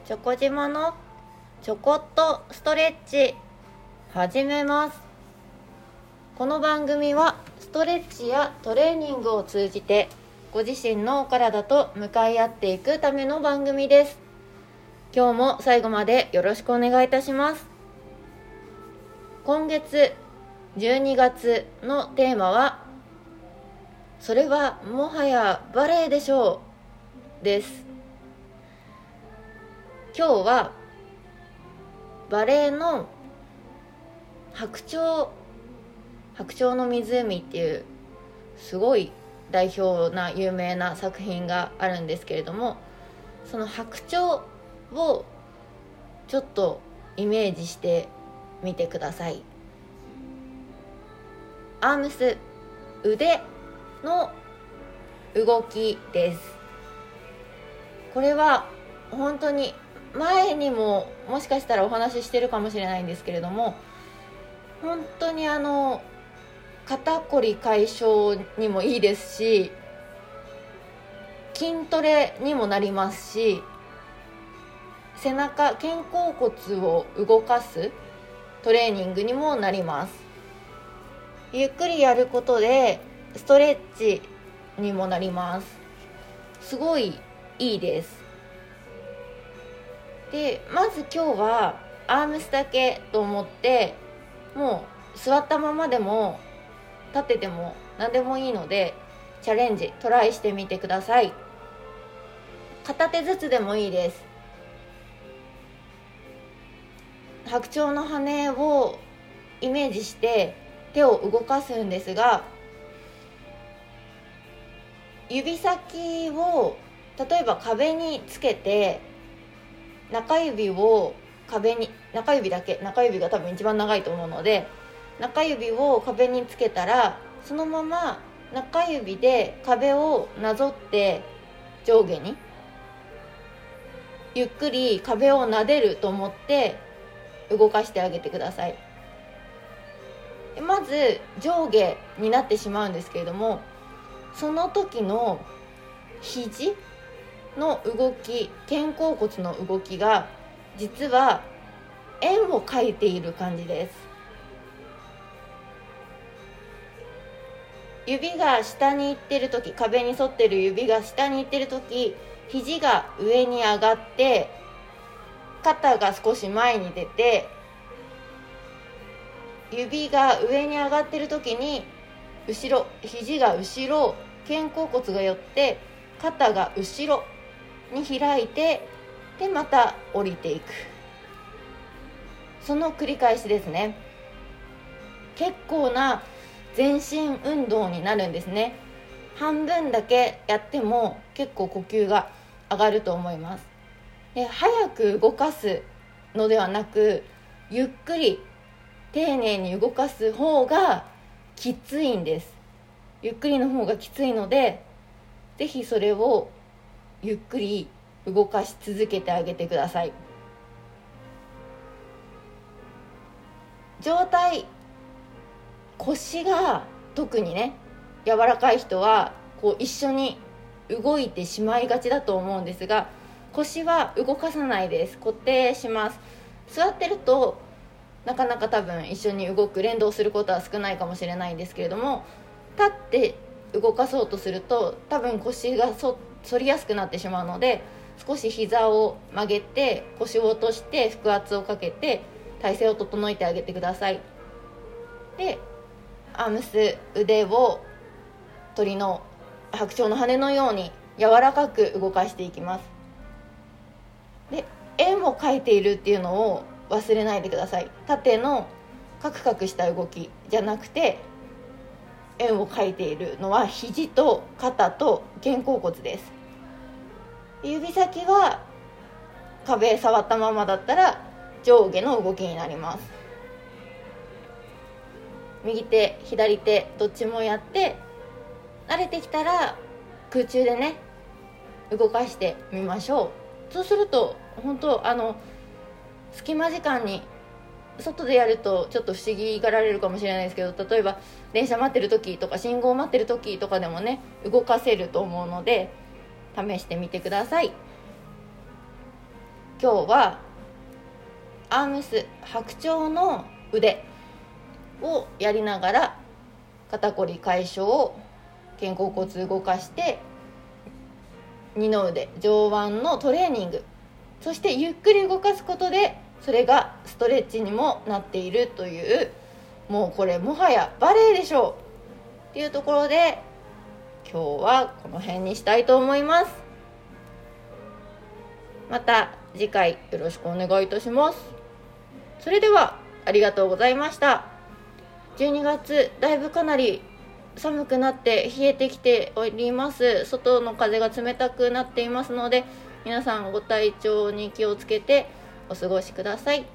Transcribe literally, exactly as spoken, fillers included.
チョコ島のちょこっとストレッチ始めます。この番組はストレッチやトレーニングを通じてご自身のお体と向かい合っていくための番組です。今日も最後までよろしくお願いいたします。今月じゅうにがつのテーマはそれはもはやバレエでしょうです。今日はバレエの白鳥白鳥の湖っていうすごい代表な有名な作品があるんですけれども、その白鳥をちょっとイメージしてみてください。アームス、腕の動きです。これは本当に前にももしかしたらお話ししてるかもしれないんですけれども、本当にあの肩こり解消にもいいですし、筋トレにもなりますし、背中肩甲骨を動かすトレーニングにもなります。ゆっくりやることでストレッチにもなります。すごいいいです。で、まず今日はアームスだけと思って、もう座ったままでも立ってても何でもいいのでチャレンジトライしてみてください。片手ずつでもいいです。白鳥の羽をイメージして手を動かすんですが、指先を例えば壁につけて、中指を壁に中指だけ中指が多分一番長いと思うので、中指を壁につけたらそのまま中指で壁をなぞって上下にゆっくり壁を撫でると思って動かしてあげてください。まず上下になってしまうんですけれども、その時の肘の動き、肩甲骨の動きが実は円を描いている感じです。指が下に行ってる時、壁に沿ってる指が下に行ってる時、肘が上に上がって肩が少し前に出て、指が上に上がってる時に後ろ、肘が後ろ、肩甲骨が寄って肩が後ろに開いて、でまた降りていく、その繰り返しですね。結構な全身運動になるんですね。半分だけやっても結構呼吸が上がると思います。で、早く動かすのではなく、ゆっくり丁寧に動かす方がきついんです。ゆっくりの方がきついので、ぜひそれをゆっくり動かし続けてあげてください。上体、腰が特にね柔らかい人はこう一緒に動いてしまいがちだと思うんですが、腰は動かさないです。固定します。座ってるとなかなか多分一緒に動く連動することは少ないかもしれないんですけれども、立って動かそうとすると多分腰がそ反りやすくなってしまうので、少し膝を曲げて腰を落として腹圧をかけて体勢を整えてあげてください。で、アームス、腕を鳥の白鳥の羽のように柔らかく動かしていきます。で、円を描いているっていうのを忘れないでください。縦のカクカクした動きじゃなくて、円を描いているのは肘と肩と肩甲骨です。指先は壁触ったままだったら上下の動きになります。右手左手どっちもやって、慣れてきたら空中でね動かしてみましょう。そうすると本当あの隙間時間に外でやるとちょっと不思議がられるかもしれないですけど、例えば電車待ってる時とか信号待ってる時とかでもね動かせると思うので試してみてください。 今日はアームス白鳥の腕をやりながら肩こり解消、肩甲骨動かして二の腕上腕のトレーニング、そしてゆっくり動かすことでそれがストレッチにもなっているという、もうこれもはやバレエでしょうっていうところで今日はこの辺にしたいと思います。また次回よろしくお願いいたします。それではありがとうございました。じゅうにがつだいぶかなり寒くなって冷えてきております。外の風が冷たくなっていますので、皆さんご体調に気をつけてお過ごしください。